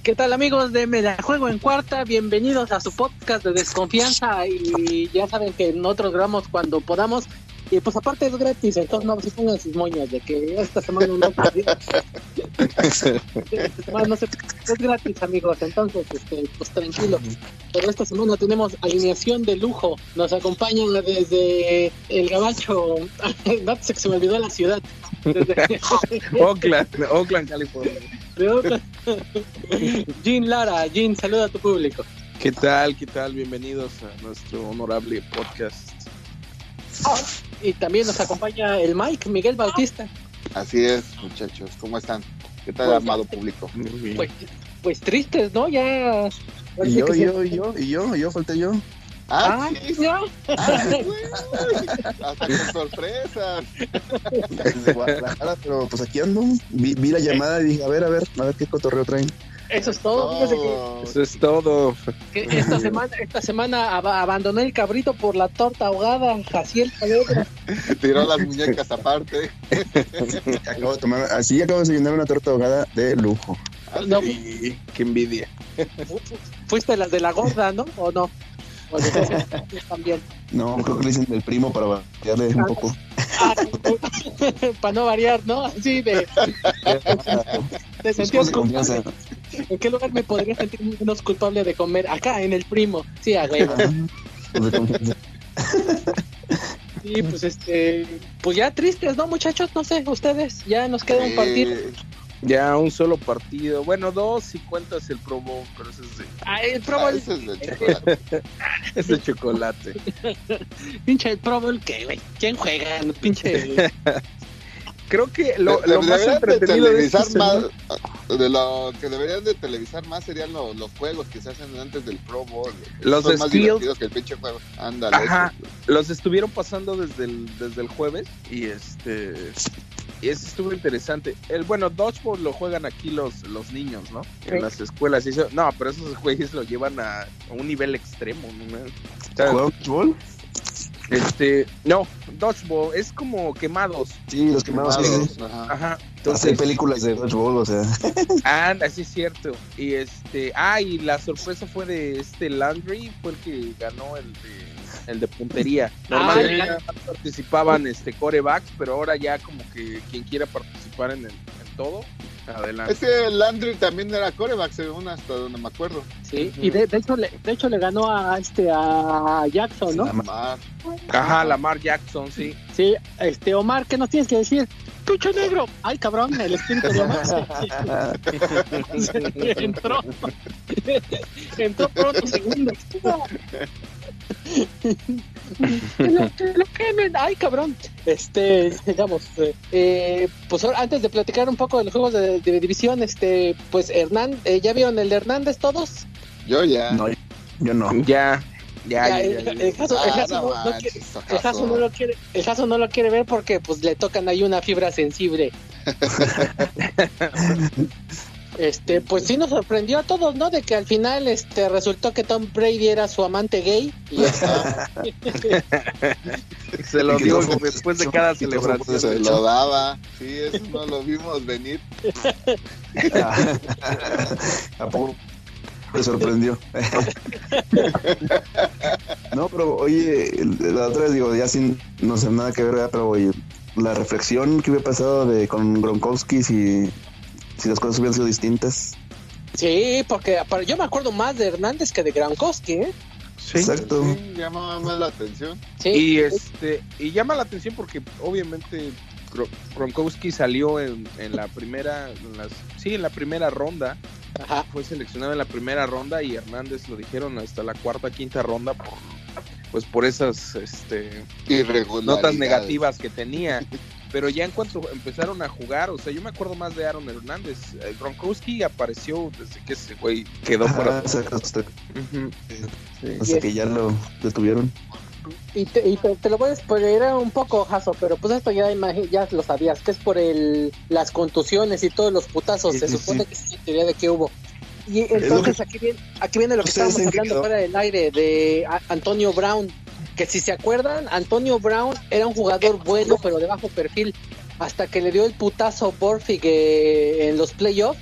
¿Qué tal, amigos de Mediajuego en Cuarta? Bienvenidos a su podcast de desconfianza. Y ya saben que nosotros grabamos cuando podamos. Y pues aparte es gratis, entonces no se pongan sus moñas de que esta semana no esta semana no se, es gratis, amigos, entonces pues tranquilo. Pero esta semana tenemos alineación de lujo. Nos acompaña desde el Gabacho, no sé, que se me olvidó la ciudad. Desde Oakland, California. Jean Lara. Jean, saluda a tu público. ¿Qué tal? Bienvenidos a nuestro honorable podcast. Y también nos acompaña el Mike, Miguel Bautista. Así es, muchachos, ¿cómo están? ¿Qué tal, amado público? Pues tristes, ¿no? Ya. Y yo, falté yo. Sí. ¿No? Hasta con sorpresas. Desde Guadalajara, pero pues aquí ando. Vi la llamada y dije, a ver qué cotorreo traen. Eso es todo. Eso es todo. Que esta semana abandoné el cabrito por la torta ahogada. Jaciel Calero. Tiró las muñecas aparte. Acabo de desayunar una torta ahogada de lujo. No, Qué envidia. fuiste las de la gorda, ¿no? ¿O no? ¿O también? No, creo que le dicen del primo para variarle un poco. Para no variar, ¿no? Así de sentido culpable. ¿En qué lugar me podría sentir menos culpable de comer? Acá, en el primo. Sí, a huevo. Sí, pues pues ya tristes, ¿no, muchachos? No sé, ustedes, ya nos queda un partido. Ya un solo partido. Bueno, dos si cuentas el Pro Bowl, pero ese es el Pro Bowl. Ese es de chocolate. es de chocolate. Pinche el Pro Bowl, ¿qué, güey? ¿Quién juega? Pinche. Creo que lo más entretenido de lo que deberían de televisar más serían los juegos que se hacen antes del Pro Bowl. Los son más skills. divertidos que el pinche juego. Ándale. Ajá. Los estuvieron pasando desde el jueves y y ese estuvo interesante. Dodgeball lo juegan aquí los niños, ¿no? Sí. En las escuelas. No, pero esos güeyes lo llevan a un nivel extremo, ¿no? ¿Juegan dodgeball? No, Dodgeball es como quemados. Sí, los quemados. Sí. Ajá. Entonces, hay películas de dodgeball, o sea. Sí es cierto. Y y la sorpresa fue de Landry, fue el que ganó el de puntería. Normalmente participaban quarterbacks, pero ahora ya como que quien quiera participar en todo, adelante. Landry también era quarterback, según hasta donde me acuerdo. Sí, y de hecho le ganó a Jackson, ¿no? Lamar Jackson, sí. Sí, Omar, ¿qué nos tienes que decir? ¡Pinche negro! ¡Ay, cabrón! El espíritu de Omar entró pronto segundo. Lo quemen. Ay, cabrón. Digamos, pues antes de platicar un poco de los juegos de división, pues ¿ya vieron el de Hernández todos? Yo ya. No, yo no. Ya. El Jaso no lo quiere ver porque pues le tocan ahí una fibra sensible. Pues sí nos sorprendió a todos, ¿no? De que al final resultó que Tom Brady era su amante gay y se lo dio después de cada celebración. Se lo daba. Sí, eso no lo vimos venir. ¿A poco me sorprendió? No, pero oye, la otra vez digo, ya sin no sé nada que ver, ¿verdad? Pero oye, la reflexión que hubiera pasado con Gronkowski si las cosas hubieran sido distintas. Sí, porque yo me acuerdo más de Hernández que de Gronkowski, ¿eh? Sí. Exacto. Sí, llama más la atención. Sí. Y llama la atención porque obviamente Gronkowski salió en la primera ronda. Ajá. Fue seleccionado en la primera ronda y Hernández lo dijeron hasta la cuarta, quinta ronda por esas notas negativas que tenía. Pero ya en cuanto empezaron a jugar, o sea, yo me acuerdo más de Aaron Hernández. Gronkowski apareció desde que ese güey quedó fuera. Hasta que ya lo detuvieron. Y te lo voy a spoilear un poco, Jaso, pero pues esto ya lo sabías, que es por las contusiones y todos los putazos. Se supone que es la teoría de que hubo. Y entonces aquí viene lo que estábamos hablando fuera del aire de Antonio Brown. Que si se acuerdan, Antonio Brown era un jugador bueno, pero de bajo perfil, hasta que le dio el putazo Borfig en los playoffs,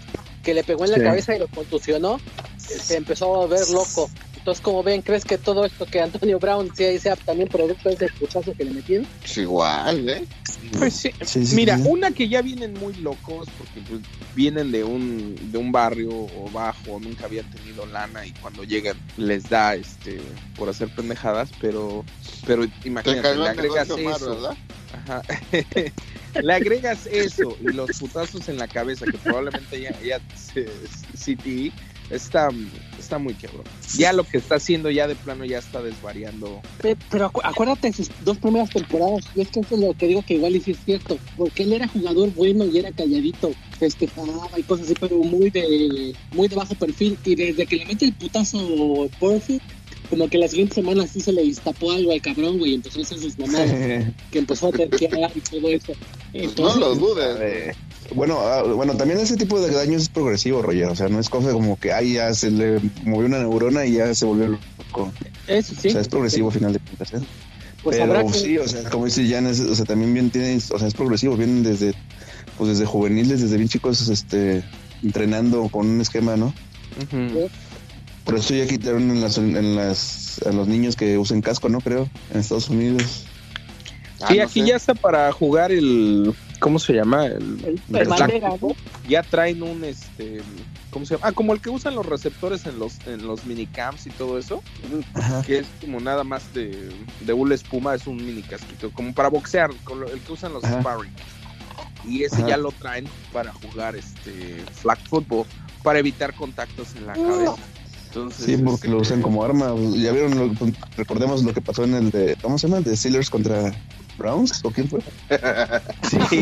que le pegó en la cabeza y lo contusionó, se empezó a ver loco. Entonces, como ven, ¿crees que todo esto que Antonio Brown sea también producto de ese puchazo que le metieron? Pues igual, Pues sí. Mira, una que ya vienen muy locos porque pues, vienen de un barrio o bajo, nunca habían tenido lana y cuando llegan les da por hacer pendejadas, pero imagínate, le agregas eso, ¿verdad? Ajá. Le agregas eso y los putazos en la cabeza que probablemente ya CTE está muy cabrón. Ya lo que está haciendo ya de plano ya está desvariando. Pero acuérdate de sus 2 primeras temporadas, y es que eso es lo que digo que igual sí es cierto, porque él era jugador bueno y era calladito, festejaba y cosas así, pero muy de bajo perfil, y desde que le mete el putazo Perfect, como que la siguiente semana sí se le destapó algo al cabrón, güey, empezó a hacer sus mamadas, que empezó a terquear y todo eso. Entonces, no lo dudes. Bueno, también ese tipo de daños es progresivo, Roger. O sea, no es cosa como que ya se le movió una neurona y ya se volvió loco. Eso sí. O sea, es progresivo al final de cuentas. Pues pero sí, o sea, como dice Jan, o sea, también bien tiene, o sea, es progresivo, vienen desde juveniles, desde bien chicos, entrenando con un esquema, ¿no? Uh-huh. Por eso ya quitaron a los niños que usen casco, ¿no? Creo, en Estados Unidos. Sí, aquí ya está para jugar el... ¿Cómo se llama? El bandera, ¿no? Ya traen un ¿cómo se llama? Como el que usan los receptores en los minicamps y todo eso. Ajá. Que es como nada más de una espuma, es un mini casquito, como para boxear, el que usan los sparring. Y ese ya lo traen para jugar flag football, para evitar contactos en la cabeza. Entonces, sí, porque lo usan como arma. Ya vieron, recordemos lo que pasó en el de, ¿cómo se llama? De Steelers contra Browns, ¿o quién fue? Sí.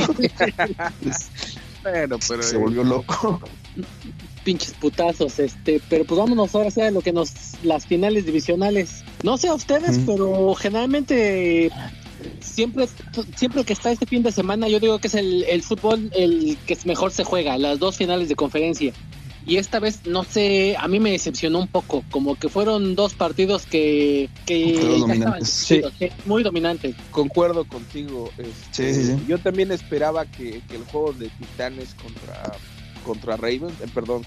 pero se volvió loco. Pinches putazos, pero pues vámonos ahora a lo que las finales divisionales. No sé a ustedes, pero generalmente siempre que está este fin de semana, yo digo que es el fútbol el que mejor se juega, las 2 finales de conferencia. Y esta vez, no sé, a mí me decepcionó un poco, como que fueron 2 partidos que dominantes. Sí, muy dominantes. Concuerdo contigo. Sí. Yo también esperaba que el juego de Titanes contra Ravens,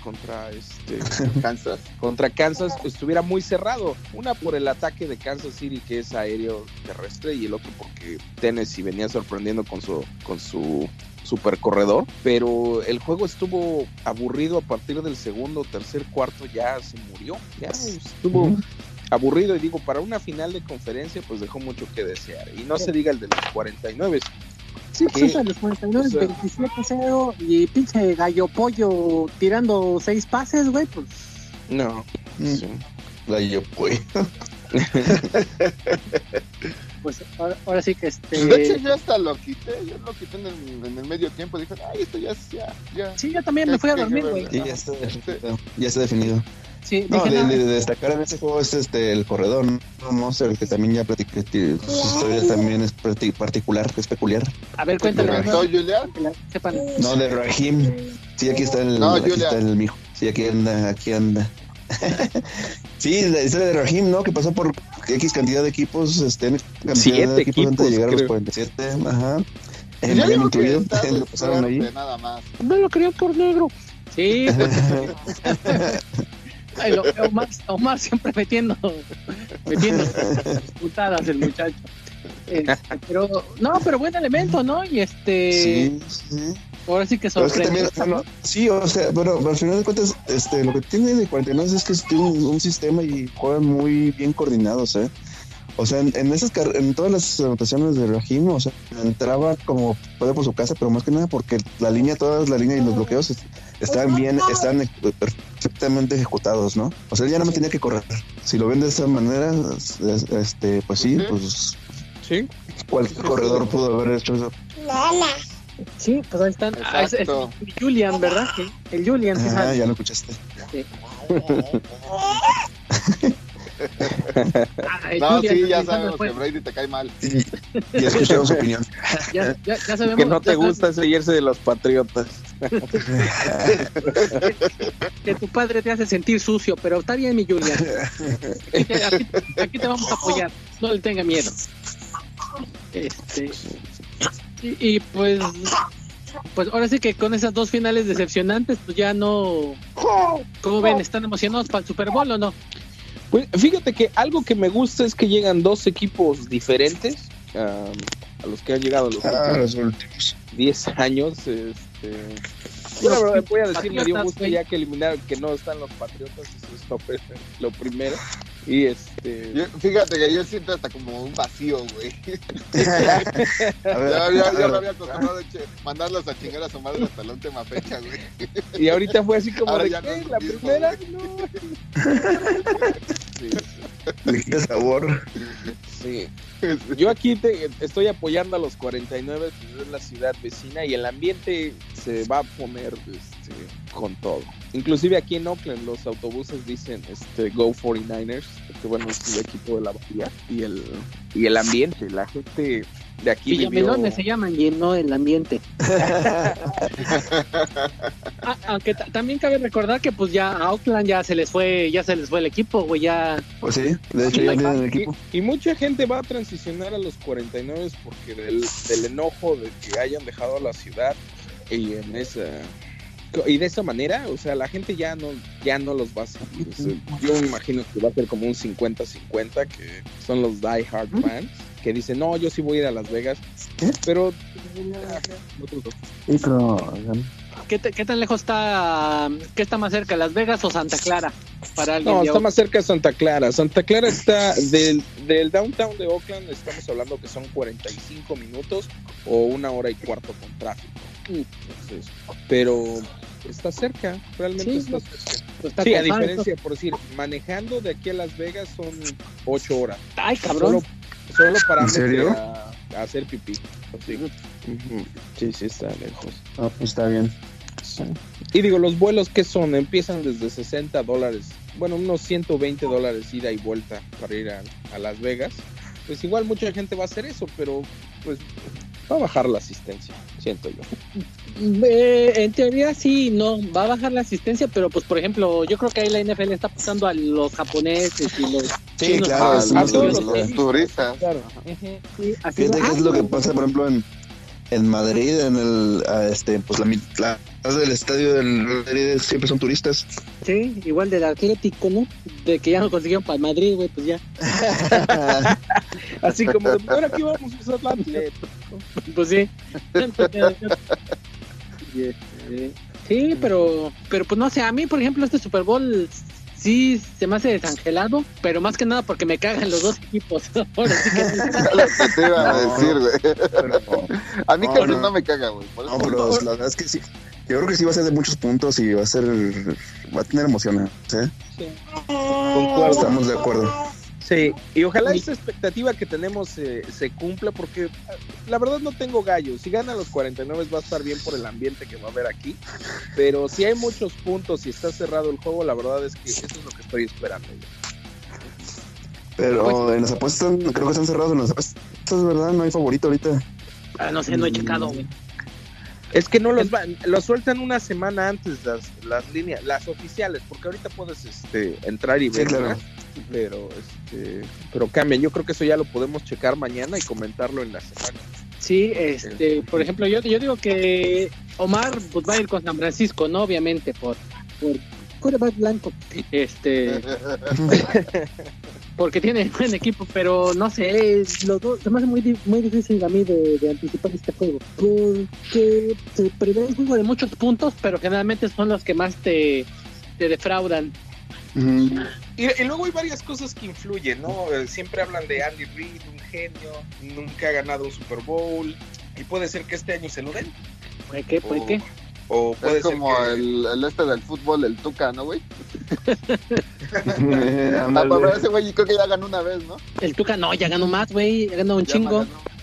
contra Kansas estuviera muy cerrado. Una por el ataque de Kansas City, que es aéreo terrestre, y el otro porque Tennessee venía sorprendiendo con su super corredor, pero el juego estuvo aburrido a partir del segundo, tercer, cuarto, ya se murió, ya estuvo aburrido, y digo, para una final de conferencia pues dejó mucho que desear, y no se diga el de los 49. Sí, pues a los 49, 27-0 y pinche gallo pollo tirando 6 pases, güey, pues no. Sí. Gallo pollo. Pues ahora sí que De hecho yo hasta lo quité en el medio tiempo, dije, ay, esto ya. Sí, yo también me fui a dormir, güey. Sí, ya está definido. Sí, no, de destacar en ese juego es el corredor, ¿no? Monster, que también ya platiqué, su historia también es particular, es peculiar. A ver, cuéntale. ¿No, Julián? No, de Raheem. Sí, aquí está el mijo. Sí, aquí anda. Sí, la historia de Raheem, ¿no? Que pasó por X cantidad de equipos, 7 equipos antes de llegar creo. A los 47, ajá. En Miami incluido, lo pasaron ahí. Nada más. No lo querían por negro. Sí. Ay, Omar siempre metiendo putadas el muchacho. Pero buen elemento, ¿no? Y Sí. Ahora sí que sorprende. Sí, o sea, pero al final de cuentas, lo que tiene de 49 es que tiene un sistema y juegan muy bien coordinados, ¿eh? O sea, en todas las anotaciones de Raheem, o sea, entraba como puede por su casa, pero más que nada porque todas las líneas y los bloqueos están perfectamente ejecutados, ¿no? O sea, él ya no me tenía que correr. Si lo ven de esa manera, pues sí, pues sí. Cualquier corredor pudo haber hecho eso. Sí, pues ahí están. Es Julian, ¿verdad? Sí, el Julian. Ah, ya lo escuchaste. Sí. No, Julian, sí, ya sabemos que Brady te cae mal. Sí, ya escuchamos su opinión. Ya sabemos que no te gusta ese jersey de los Patriotas. Que tu padre te hace sentir sucio, pero está bien, mi Julian. Aquí te vamos a apoyar. No le tenga miedo. Y pues Pues ahora sí que con esas dos finales decepcionantes, pues ya no... ¿Cómo ven? ¿Están emocionados para el Super Bowl o no? Pues fíjate que algo que me gusta es que llegan dos equipos diferentes a los que han llegado los últimos 10 años. Yo la verdad voy a decir, me dio gusto ya que eliminaron que no están los Patriotas, eso es lo primero. Y fíjate que yo siento hasta como un vacío, güey. Ya me había acostumbrado a mandarlos a chingar a su madre hasta la última fecha, güey. Y ahorita fue así como de ya ¿qué? No La mismo, primera, güey. no. Sí. Le quita sabor. Sí. Yo aquí estoy apoyando a los 49, que es la ciudad vecina, y el ambiente se va a poner con todo. Inclusive aquí en Oakland los autobuses dicen Go 49ers, porque bueno, es el equipo de la Bahía, y el ambiente, la gente de aquí Villamelones se llaman y no el ambiente. Aunque también cabe recordar que pues ya a Oakland ya se les fue el equipo, güey, ya. Pues sí, de hecho ya tienen el equipo. Y mucha gente va a transicionar a los 49 porque del enojo de que hayan dejado la ciudad y de esa manera, o sea, la gente ya no los va a seguir. O sea, yo me imagino que va a ser como un 50-50, que son los die hard fans que dicen, no, yo sí voy a ir a Las Vegas, pero ¿Qué tan lejos está? ¿Qué está más cerca, Las Vegas o Santa Clara? Para alguien no, está más cerca de Santa Clara. Santa Clara está del downtown de Oakland, estamos hablando que son 45 minutos o 1 hora y cuarto con tráfico. Entonces, pero está cerca, realmente sí, está cerca. Pues está a diferencia, por decir, manejando de aquí a Las Vegas son 8 horas. Ay, cabrón. Solo para a hacer pipí. Sí. Sí, está lejos. Ah, pues está bien. Sí. Y digo, los vuelos que son, empiezan desde $60, bueno, unos $120 ida y vuelta para ir a Las Vegas. Pues igual mucha gente va a hacer eso, pero pues va a bajar la asistencia, siento yo. En teoría sí, no, va a bajar la asistencia, pero pues por ejemplo, yo creo que ahí la NFL está apuntando a los japoneses y los chinos, claro, a todos los turistas. Claro. Sí, fíjate qué es lo que pasa, por ejemplo, en Madrid, en el pues la mitad del estadio del Madrid siempre son turistas. Sí, igual del Atlético, ¿no? De que ya no consiguieron para el Madrid, güey, pues ya. Así como de, ahora aquí vamos a usar la Atlético. Pues sí. Sí, pero pues no sé, a mí por ejemplo este Super Bowl sí se me hace desangelado, pero más que nada porque me cagan los dos equipos. Ahora sí que lo que te iba a decir, güey. A mí casi no me caga, güey. No, pero la verdad es que sí. Yo creo que sí va a ser de muchos puntos y va a tener emoción, ¿eh? Sí. Estamos de acuerdo. Sí, y ojalá esa expectativa que tenemos se cumpla, porque la verdad no tengo gallos. Si ganan los 49 va a estar bien por el ambiente que va a haber aquí, pero si hay muchos puntos y está cerrado el juego, la verdad es que eso es lo que estoy esperando yo. Pero en las apuestas creo que están cerrados en las apuestas, ¿verdad? No hay favorito ahorita. No sé, no he checado, güey. Es que no los sueltan una semana antes las líneas, las oficiales, porque ahorita puedes entrar y ver, claro. Pero cambian. Yo creo que eso ya lo podemos checar mañana y comentarlo en la semana. Sí, por ejemplo, yo digo que Omar pues va a ir con San Francisco, ¿no? Obviamente por quarterback blanco. Porque tiene buen equipo, pero no sé, los dos se me hace muy difícil a mí de anticipar este juego, porque se prevé un juego de muchos puntos, pero generalmente son los que más te defraudan. Y luego hay varias cosas que influyen, ¿no? Siempre hablan de Andy Reid, un genio, nunca ha ganado un Super Bowl, y puede ser que este año se lo den. ¿Puede qué? O puede es como ser que... el del fútbol, el Tuca, ¿no, güey? Pero ese güey creo que ya ganó una vez, ¿no? El Tuca no, ya ganó más, güey, ya ganó un chingo.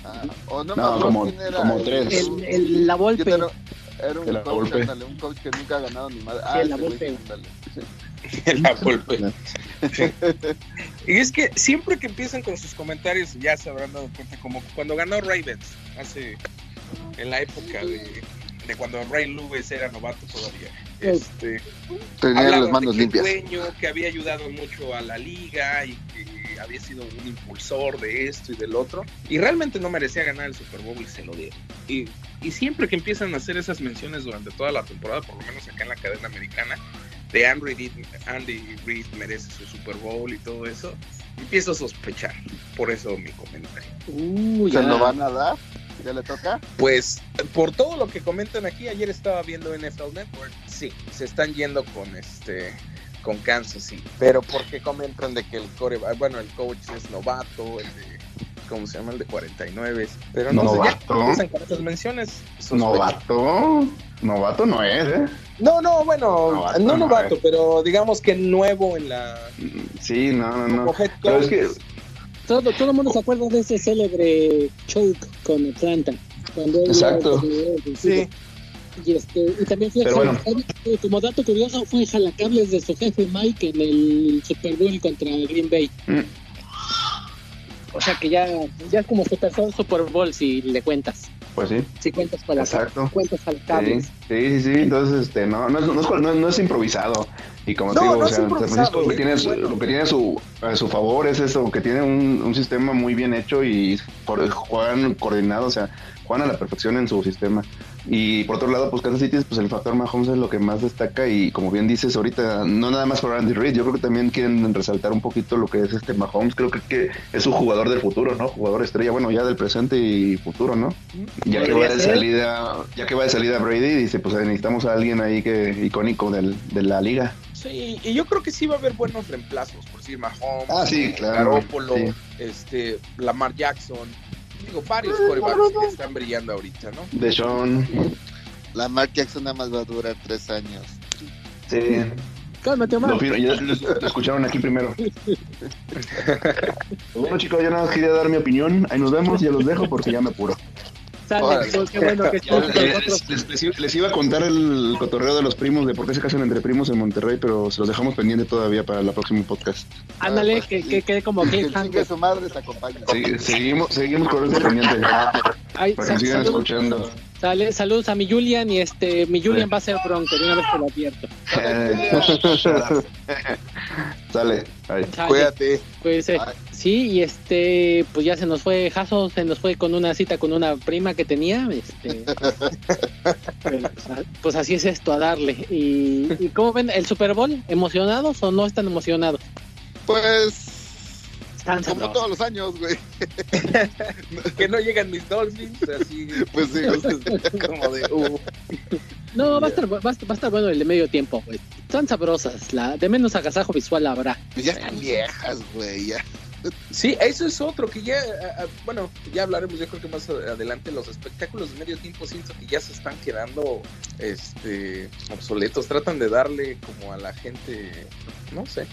Como tres. La Volpe. Era un coach que nunca ha ganado ni madre. La Volpe. La Volpe. Y es que siempre que empiezan con sus comentarios, ya se habrán dado cuenta, como cuando ganó Ravens, en la época de cuando Ray Lewis era novato todavía. Tenía las manos limpias. Dueño que había ayudado mucho a la liga y que había sido un impulsor de esto y del otro, y realmente no merecía ganar el Super Bowl y se lo dieron. Y siempre que empiezan a hacer esas menciones durante toda la temporada, por lo menos acá en la cadena americana, de Andy Reid merece su Super Bowl y todo eso, empiezo a sospechar. Por eso mi comentario. ¿Se lo van a dar? ¿Ya le toca? Pues por todo lo que comentan aquí, ayer estaba viendo NFL Network, sí, se están yendo con Kansas, sí, pero porque comentan de que el coach es novato, el de, ¿cómo se llama? El de 49, pero no sé, ya empiezan con esas menciones. Novato no es, No, bueno, no novato, pero digamos que nuevo en la... Sí, no. Pero es que... Todo el mundo se acuerda de ese célebre choke con Atlanta. Exacto. Sí. Y también fue como dato curioso, fue jalacables de su jefe Mike en el Super Bowl contra Green Bay. O sea que ya es como su tercer Super Bowl si le cuentas. Pues sí. Si cuentas para cuentas jalacables. Sí. Entonces, no es improvisado. Y como te digo, San Francisco lo que tiene a su favor es eso, que tiene un sistema muy bien hecho y juegan coordinado, o sea, juegan a la perfección en su sistema. Y por otro lado, pues Kansas City, pues el factor Mahomes es lo que más destaca, y como bien dices ahorita, no nada más por Andy Reid, yo creo que también quieren resaltar un poquito lo que es Mahomes. Creo que es un jugador del futuro, ¿no? Jugador estrella, bueno, ya del presente y futuro, ¿no? Ya que va de salida Brady, dice, pues necesitamos a alguien ahí icónico de la liga. Sí, y yo creo que sí va a haber buenos reemplazos, por decir Mahomes, sí, claro, Garoppolo, sí. Lamar Jackson, varios quarterbacks que están brillando ahorita, ¿no? Deshaun. Lamar Jackson nada más va a durar 3 años. Sí. Cálmate, Omar. Ya lo escucharon aquí primero. Bueno, chicos, yo nada más quería dar mi opinión. Ahí nos vemos, ya los dejo porque ya me apuro. Sale, qué bueno que estás con nosotros. Les iba a contar el cotorreo de los primos, de por qué se casan entre primos en Monterrey, pero se los dejamos pendiente todavía para el próximo podcast. Ándale, que quede como que su madre te acompaña. Seguimos con ese pendiente. Para que sigan escuchando. Saludos a mi Julian, y mi Julian va a ser bronco, de una vez te lo advierto. Sale. Cuídate. Cuídese. Sí, y pues ya se nos fue Jaso, se nos fue con una cita con una prima que tenía, pues así es esto, a darle. ¿Y cómo ven el Super Bowl? ¿Emocionados o no están emocionados? Pues están como sabrosos. todos los años, güey. Que no llegan mis Dolphins, así. Pues sí, como de No, va a estar bueno el de medio tiempo, güey. Están sabrosas, de menos agasajo visual habrá. Ya están viejas, güey, ya. Sí, eso es otro que ya, ya hablaremos, yo creo que más adelante. Los espectáculos de medio tiempo siento que ya se están quedando obsoletos. Tratan de darle como a la gente, no sé,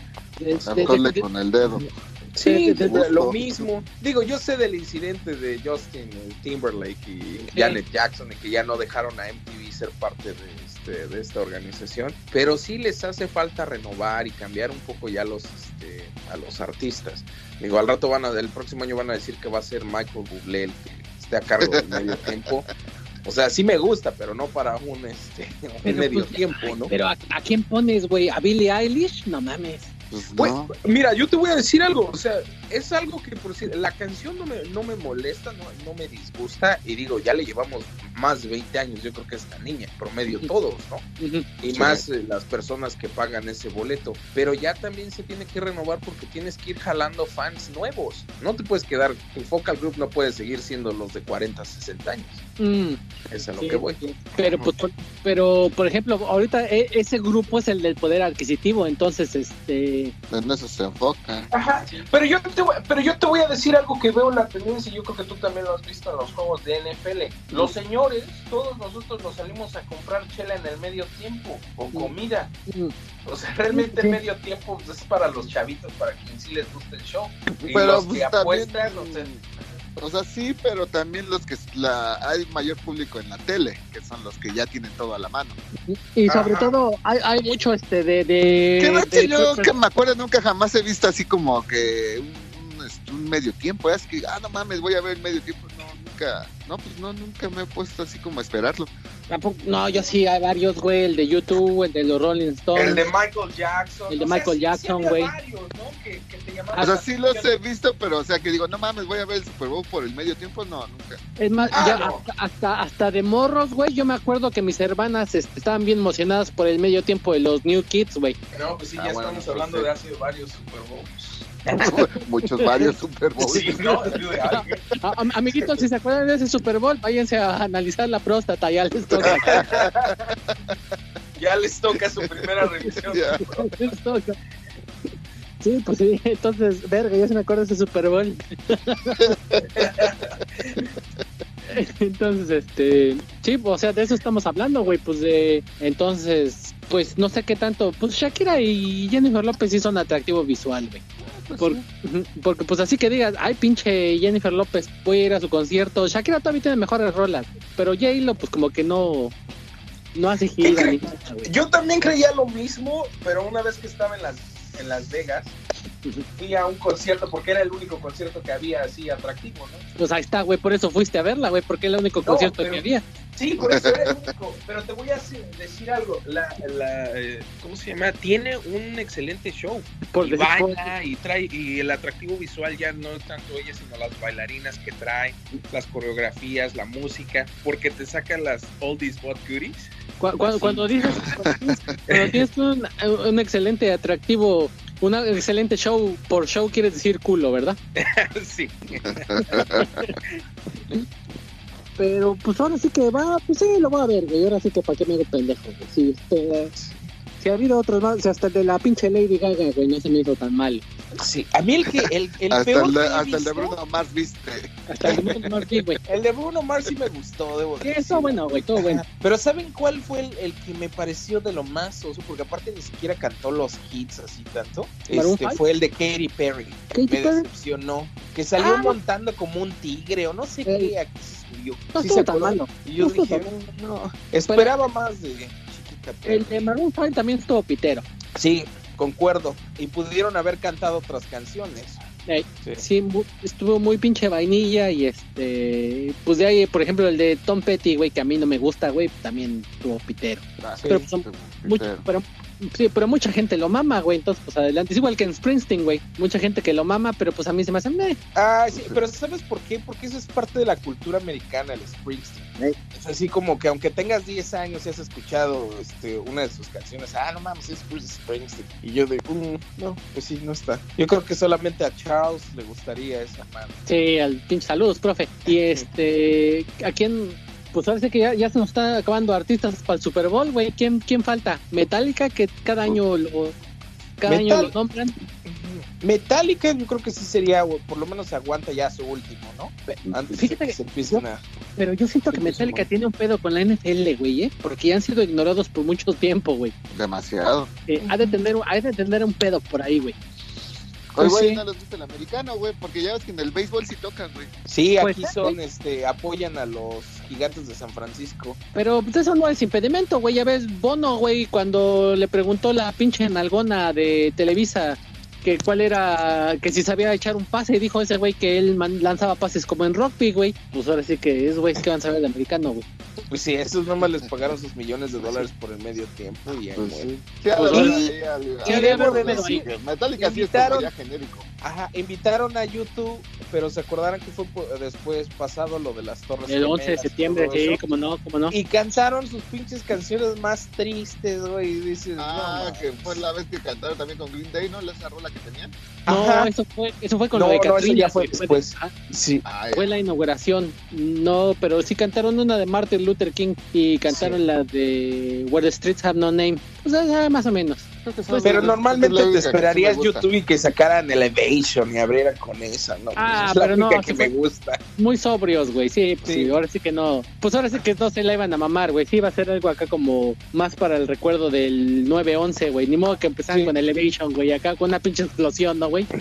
con el dedo. Sí, lo mismo. Digo, yo sé del incidente de Justin Timberlake y Janet Jackson, y que ya no dejaron a MTV ser parte de esta organización, pero sí les hace falta renovar y cambiar un poco ya a los artistas. Digo, al rato el próximo año van a decir que va a ser Michael Bublé el que esté a cargo del medio tiempo. O sea, sí me gusta, pero no para un medio tiempo, ¿no? Pero ¿a quién pones, güey? ¿A Billie Eilish? No mames. Pues no. Mira, yo te voy a decir algo, o sea, es algo que por decir, la canción no me molesta, no me disgusta, y digo, ya le llevamos más de 20 años, yo creo que esta niña, promedio todos, ¿no? Y más las personas que pagan ese boleto, pero ya también se tiene que renovar porque tienes que ir jalando fans nuevos, no te puedes quedar, tu focal group no puede seguir siendo los de 40, 60 años. Es a lo que voy. Pero por ejemplo, ahorita ese grupo es el del poder adquisitivo, entonces en eso se enfoca. Ajá, pero yo te voy a decir algo que veo en la tendencia, y yo creo que tú también lo has visto en los juegos de NFL. Los señores, todos nosotros nos salimos a comprar chela en el medio tiempo o comida. O sea, realmente el medio tiempo es para los chavitos, para quien sí les gusta el show. Y pero los que apuestan, o sea, sí, pero también los que hay mayor público en la tele, que son los que ya tienen todo a la mano. Y sobre todo hay mucho yo que me acuerdo, nunca jamás he visto así como que un medio tiempo. Es que, no mames, voy a ver medio tiempo. Nunca me he puesto así como a esperarlo. No, yo sí, hay varios, güey, el de YouTube, el de los Rolling Stones. El de Michael Jackson. El de Michael Jackson, güey. Varios, ¿no? que te llamaban. O sea, sí los he visto, pero o sea, que digo, no mames, voy a ver el Super Bowl por el medio tiempo, no, nunca. Es más, hasta de morros, güey, yo me acuerdo que mis hermanas estaban bien emocionadas por el medio tiempo de los New Kids, güey. No, pues sí, ya estamos hablando de hace varios Super Bowls. Varios Super Bowls. Sí, ¿no? Amiguitos, si se acuerdan de ese Super Bowl, váyanse a analizar la próstata, ya les toca. Ya les toca su primera revisión. Les toca. Sí, pues sí, entonces, verga, ya se me acuerda de ese Super Bowl. Entonces, sí, o sea, de eso estamos hablando, güey, pues entonces, pues no sé qué tanto, pues Shakira y Jennifer López sí son atractivo visual, güey. Porque pues así que digas, ay, pinche Jennifer López, voy a ir a su concierto. Shakira todavía tiene mejores rolas, pero J-Lo pues como que no hace gira ni nada, güey. Yo también creía lo mismo, pero una vez que estaba en Las Vegas, fui a un concierto porque era el único concierto que había así atractivo, ¿no? Pues ahí está, güey, por eso fuiste a verla, güey, porque era el único concierto que había. Sí, por eso era el único, pero te voy a decir algo, ¿cómo se llama? Tiene un excelente show, y baila, y el atractivo visual ya no es tanto ella, sino las bailarinas que trae, las coreografías, la música, porque te sacan las oldies but goodies. Cuando tienes un excelente atractivo, un excelente show, por show quieres decir culo, ¿verdad? Sí. Pero pues ahora sí que va, pues sí, lo voy a ver, güey. Ahora sí que para qué me hago pendejo, güey. Sí, si ha habido otros más, o sea, hasta el de la pinche Lady Gaga, güey, no se me hizo tan mal. Sí, a mí el hasta peor el de Bruno Mars, viste. Hasta el de Bruno Mars, sí, güey. El de Bruno Mars sí me gustó, debo decir. Sí, todo bueno, güey, todo bueno. Pero ¿saben cuál fue el que me pareció de lo más oso? Porque aparte ni siquiera cantó los hits así tanto. Fue el de Katy Perry. Me decepcionó. Que salió montando como un tigre o no sé qué, aquí se subió. No estuvo tan malo. Y yo dije, no, esperaba más de Chiquita Perry. El de Maroon 5 también estuvo pitero. Sí, concuerdo. Y pudieron haber cantado otras canciones. Sí, estuvo muy pinche vainilla y pues de ahí, por ejemplo, el de Tom Petty, güey, que a mí no me gusta, güey, también estuvo pitero. Pero pero mucha gente lo mama, güey, entonces pues adelante. Es igual que en Springsteen, güey, mucha gente que lo mama, pero pues a mí se me hace sí, pero ¿sabes por qué? Porque eso es parte de la cultura americana, el Springsteen. Es así como que aunque tengas 10 años y has escuchado una de sus canciones, no mames, es Bruce Springsteen. Y yo de, no, pues sí, no está. Yo creo que solamente a Charles le gustaría esa madre. Sí, al pinche saludos, profe. Y ¿a quién? Pues parece que ya se nos está acabando artistas para el Super Bowl, güey. ¿Quién falta? Metallica, que cada año lo nombran. Metallica yo creo que sí sería, por lo menos aguanta ya su último, ¿no? Antes de que se empiecen a... Pero yo siento que Metallica tiene un pedo con la NFL, güey, porque ya han sido ignorados por mucho tiempo, güey. Demasiado. Ha de tener un pedo por ahí, güey. Oye, güey, sí. No les gusta el americano, güey, porque ya ves que en el béisbol sí tocan, güey. Sí, aquí son, apoyan a los Gigantes de San Francisco. Pero pues eso no es impedimento, güey, ya ves, Bono, güey, cuando le preguntó la pinche nalgona de Televisa que cuál era, que si sabía echar un pase, y dijo ese güey que él lanzaba pases como en rugby, güey. Pues ahora sí que es güey que van a saber el americano, güey. Pues sí, esos nomás les pagaron sus millones de dólares por el medio tiempo y ahí mueren. Metallica sí está ya genérico. Ajá, invitaron a YouTube, pero se acordaron que fue después pasado lo de las Torres el 11 de septiembre, sí, cómo no. Y cantaron sus pinches canciones más tristes, güey, y dices, que fue la vez que cantaron también con Green Day, ¿no? Esa rola que tenían. No, eso fue con lo de Katrina. Eso ya fue después. Sí. Fue la inauguración. No, pero sí cantaron una de Martin Luther King y cantaron la de Where the Streets Have No Name. Pues más o menos. Pero normalmente te esperarías YouTube y que sacaran Elevation y abrieran con esa, ¿no? Es pero la única que me gusta. Muy sobrios, güey, sí, pues sí, ahora sí que no. Pues ahora sí que no se la iban a mamar, güey. Sí, iba a ser algo acá como más para el recuerdo del 9/11, güey. Ni modo que empezaran con Elevation, güey, acá con una pinche explosión, ¿no, güey?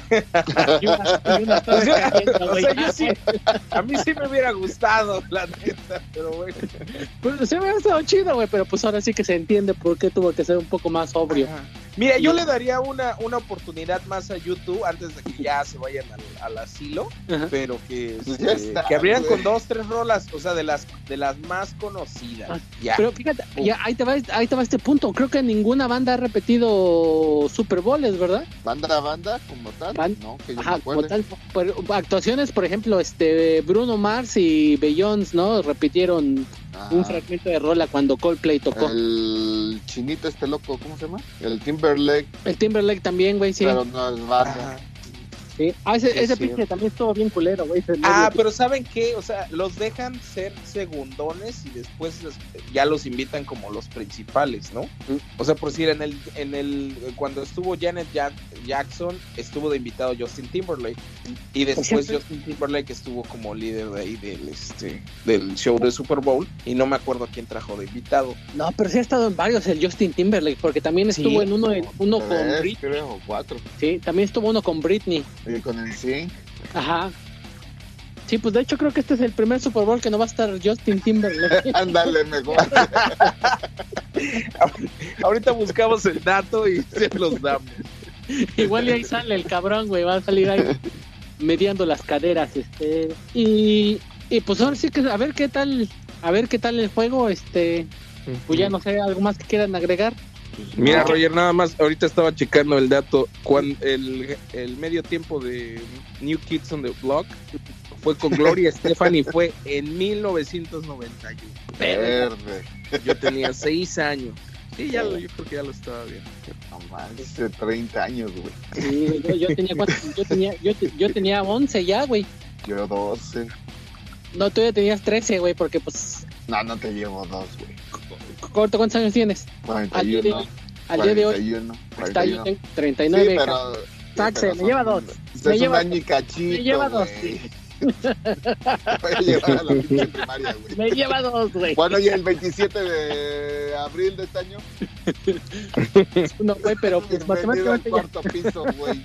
A mí sí me hubiera gustado, la neta, pero bueno. Pues se me ha estado chido, güey, pero pues ahora sí que se entiende por qué tuvo que ser un poco más sobrio. Ajá. Mira, yo le daría una oportunidad más a YouTube antes de que ya se vayan al asilo, Ajá. pero que, está, que abrieran güey. con 2-3 rolas, o sea, de las más conocidas. Ya. Pero fíjate, ya ahí te va este punto. Creo que ninguna banda ha repetido Super Bowls, ¿verdad? Banda como tal, no, que yo me Ajá, como acuerde. tal. Pero actuaciones, por ejemplo, Bruno Mars y Beyoncé, ¿no? Repitieron un fragmento de rola cuando Coldplay tocó. El chinito loco, ¿cómo se llama? El Timberlake, El Timberlake también, güey, sí. pero no es banda. Ajá. Sí. Ese Sí, pinche también estuvo bien culero, güey. Pero ¿saben qué? O sea, los dejan ser segundones y después ya los invitan como los principales, ¿no? O sea, por decir, en el cuando estuvo Janet Jackson, estuvo de invitado Justin Timberlake. Y después Justin Timberlake estuvo como líder de ahí del show de Super Bowl. Y no me acuerdo quién trajo de invitado. No, pero sí ha estado en varios el Justin Timberlake, porque también estuvo en uno con Britney. Creo, o 4. Sí, también estuvo uno con Britney. Y con el Zinc. Ajá. Sí, pues de hecho creo que este es el primer Super Bowl que no va a estar Justin Timberlake. Ándale, mejor. Ahorita buscamos el dato y se los damos. Igual y ahí sale el cabrón, güey, va a salir ahí mediando las caderas, y pues ahora sí que a ver qué tal el juego, pues ya no sé, algo más que quieran agregar. Mira, Roger, nada más, ahorita estaba checando el dato. Cuando el medio tiempo de New Kids on the Block fue con Gloria Estefan y fue en 1991. Verde. Yo tenía 6 años. Sí, yo creo que ya lo estaba viendo. No manches, hace 30 años, güey. Sí, yo tenía 11 ya, güey. Yo 12. No, tú ya tenías 13, güey, porque pues... No te llevo 2, güey. Corto, ¿cuántos años tienes? 41. Al día de hoy. 41. Está yo tengo 39. Sí, pero... Taxe, me lleva 2. Me lleva un año y cachito, me lleva 2. Sí. Voy a llevar a la pinche primaria, güey. Me lleva 2, güey. Bueno, y el 27 de abril de este año. No, güey, pero pues Bienvenido al matemáticamente cuarto piso, güey.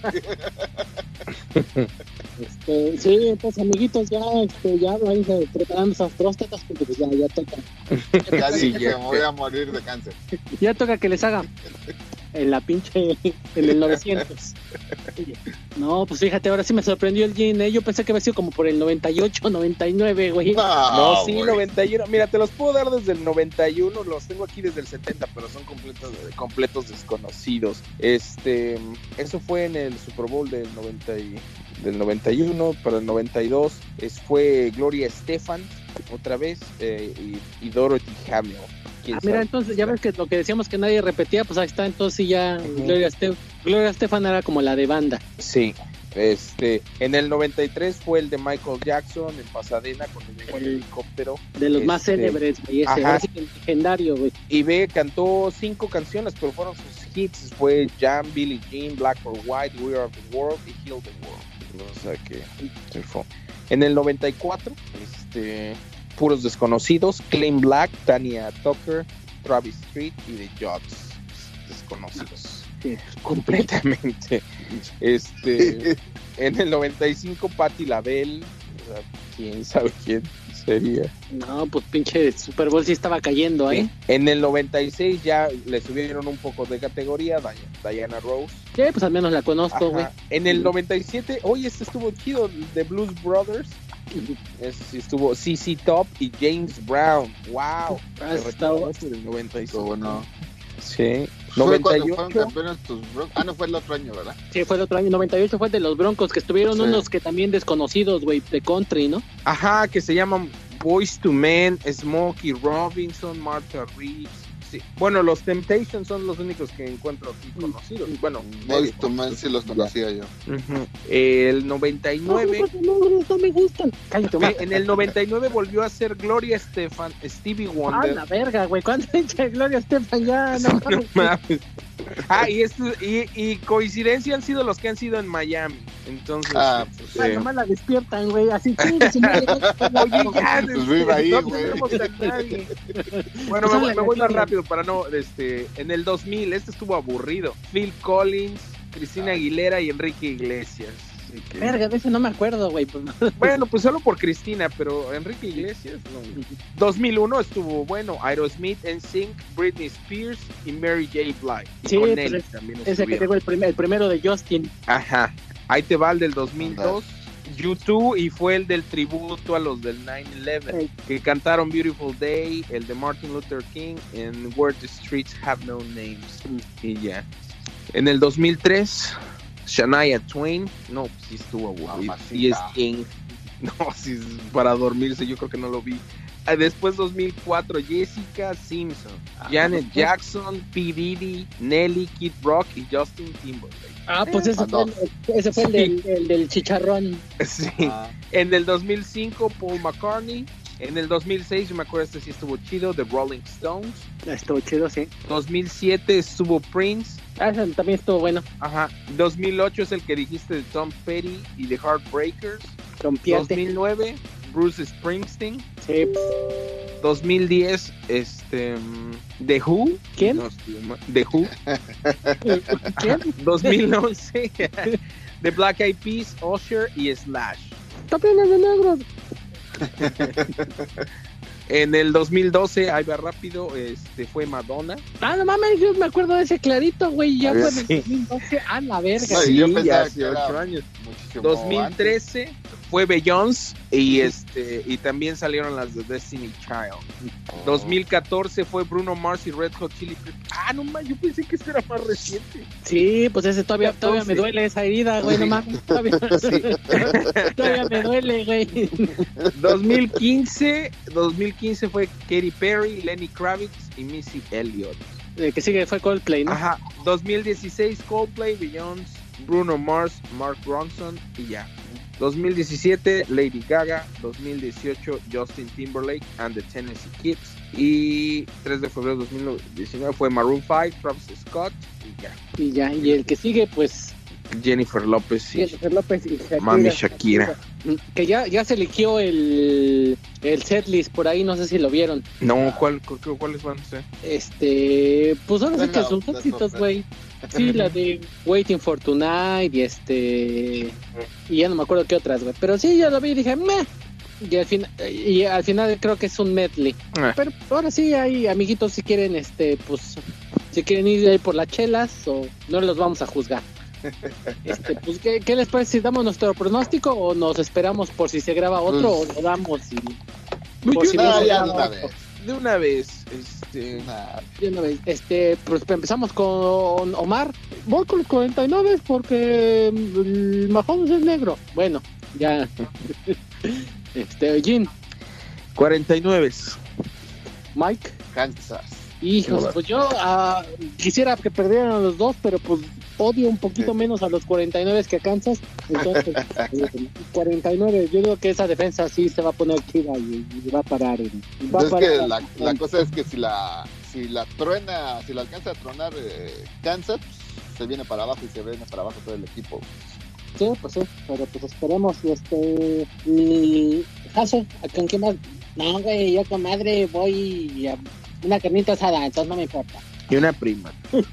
Sí, entonces amiguitos, ya vayan preparando esas próstatas porque pues ya toca. Ya dije que me voy a morir de cáncer. Ya toca que les hagan en la pinche, en el 900. No, pues fíjate, ahora sí me sorprendió el Gin, yo pensé que había sido como por el 98, 99, güey. No, sí, güey. 91. Mira, te los puedo dar desde el 91, los tengo aquí desde el 70, pero son completos desconocidos. Eso fue en el Super Bowl del 91, para el 92 fue Gloria Estefan otra vez, y Dorothy Hamill. Mira, entonces ya ves que lo que decíamos que nadie repetía, pues ahí está, entonces sí ya Gloria Estefan era como la de banda. Sí. En el 93 fue el de Michael Jackson en Pasadena cuando llegó el helicóptero. De los más célebres, güey, así que legendario, güey. Y cantó 5 canciones, pero fueron sus hits. Fue Jam, Billie Jean, Black or White, We Are the World y Heal the World. O sea que se fue. En el 94, puros desconocidos: Clean Black, Tanya Tucker, Travis Street y The Jobs. Desconocidos. Sí. Completamente. En el 95, Patti LaBelle. O sea, quién sabe quién sería. No, pues pinche Super Bowl sí estaba cayendo, ¿eh? En el 96 ya le subieron un poco de categoría, Diana Ross. Sí, pues al menos la conozco, güey. En el 97, estuvo chido, The Blues Brothers. Sí estuvo CC Top y James Brown. Wow. En el 95. Bueno. Sí. Fue cuando fueron campeones tus Broncos. No fue el otro año, ¿verdad? Sí, fue el otro año. 98 fue de los Broncos, que estuvieron unos que también desconocidos, güey, de country, ¿no? Ajá, que se llaman Boyz II Men, Smokey Robinson, Martha Reeves. Sí. Bueno, los Temptations son los únicos que encuentro aquí conocidos. Bueno, Boyz II Men sí los conocía yo. El 99. No me gustan. Cállate, en el 99 volvió a ser Gloria Estefan, Stevie Wonder. La verga, güey. ¿Cuánto hincha Gloria Estefan ya? No mames. Y coincidencia han sido los que han sido en Miami. Entonces, nomás la despiertan, güey. Así que oye, ya, vive ahí, güey. Bueno, me voy más rápido para no. En el 2000, estuvo aburrido. Phil Collins, Cristina Aguilera y Enrique Iglesias. Que... Verga, de ese no me acuerdo, güey. Bueno, pues solo por Cristina, pero Enrique Iglesias no. 2001 estuvo bueno. Aerosmith, NSYNC, Britney Spears y Mary J. Blige. Sí, con pues él también ese que tengo el primero de Justin. Ajá. Ahí te va el del 2002. U2 y fue el del tributo a los del 9/11, que cantaron Beautiful Day, el de Martin Luther King, en Where the Streets Have No Names. Y ya. En el 2003, Shania Twain, no, pues sí estuvo aburrido. Y es King. No, sí, para dormirse, yo creo que no lo vi. Después 2004, Jessica Simpson, Janet Jackson, P. Diddy, Nelly, Kid Rock y Justin Timberlake. Pues ese fue el del chicharrón. Sí. En el 2005, Paul McCartney. En el 2006, yo me acuerdo, sí estuvo chido, The Rolling Stones. Estuvo chido, sí. 2007 estuvo Prince. Ese también estuvo bueno. Ajá. 2008 es el que dijiste de Tom Petty y The Heartbreakers. 2009, Bruce Springsteen. Sí. 2010, The Who. ¿Quién? No, The Who. ¿Quién? 2011, The Black Eyed Peas, Usher y Slash. Tapenes de negros. En el 2012, ahí va rápido, fue Madonna. No mames, yo me acuerdo de ese clarito, güey. Ya fue en el 2012, a la verga. Sí, yo pensaba hace 8 años. 2013 antes. Fue Beyoncé y también salieron las de Destiny Child. 2014 fue Bruno Mars y Red Hot Chili Peppers. No mames, yo pensé que este era más reciente. Sí, pues ese todavía me duele esa herida, güey, no mames. Todavía me duele, güey. 2015 fue Katy Perry, Lenny Kravitz y Missy Elliott. El que sigue fue Coldplay, ¿no? Ajá. 2016 Coldplay, Beyoncé, Bruno Mars, Mark Ronson y ya. 2017 Lady Gaga, 2018 Justin Timberlake and the Tennessee Kids y 3 de febrero de 2019 fue Maroon 5, Travis Scott y ya. Y el que sigue pues Jennifer López y Shakira. Mami Shakira. Que ya se eligió el setlist por ahí, no sé si lo vieron. No, ¿cuáles van a ser? Pues ahora sí que sus éxitos, güey. Sí, la de Waiting for Tonight y y ya no me acuerdo qué otras, güey. Pero sí, ya lo vi y dije, meh. Y al final creo que es un medley. Pero ahora sí hay amiguitos si quieren, pues si quieren ir ahí por las chelas o no los vamos a juzgar. Pues ¿qué les parece si damos nuestro pronóstico o nos esperamos por si se graba otro o lo damos de una vez? Pues empezamos con Omar. Voy con los 49 porque el Mahomes es negro. Bueno, ya. Jin. 49. Mike. Kansas. Hijos, pues yo quisiera que perdieran los dos, pero pues odio un poquito menos a los 49 que a Kansas. Entonces, 49, yo digo que esa defensa sí se va a poner chida y va a parar. La cosa es que si la truena, si la alcanza a tronar Kansas, pues, se viene para abajo y se viene para abajo todo el equipo. Sí, pues sí, pero pues esperemos. Y Jaso, ¿con qué más? No, güey, yo comadre voy a una carnita asada, entonces no me importa. Y una prima.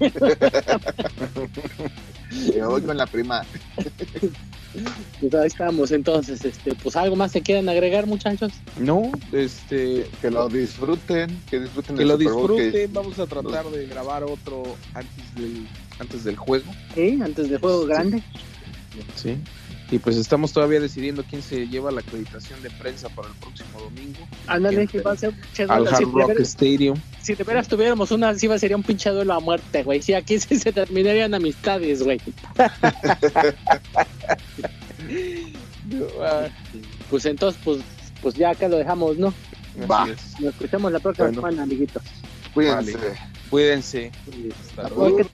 Yo voy con la prima. Pues ahí estamos, entonces, pues algo más se quieran agregar, muchachos. No, que lo disfruten, que lo disfruten. Vamos a tratar de grabar otro antes del juego. Sí, antes del juego grande. Sí. Y pues estamos todavía decidiendo quién se lleva la acreditación de prensa para el próximo domingo. Ándale, que va a ser al Hard Rock Stadium. Si de veras tuviéramos una, sí sería un pinche duelo a muerte, güey. Sí, aquí sí se terminarían amistades, güey. Pues entonces, pues ya acá lo dejamos, ¿no? Va. Nos escuchamos la próxima semana, amiguitos. Cuídense. Vale. Cuídense. Hasta luego.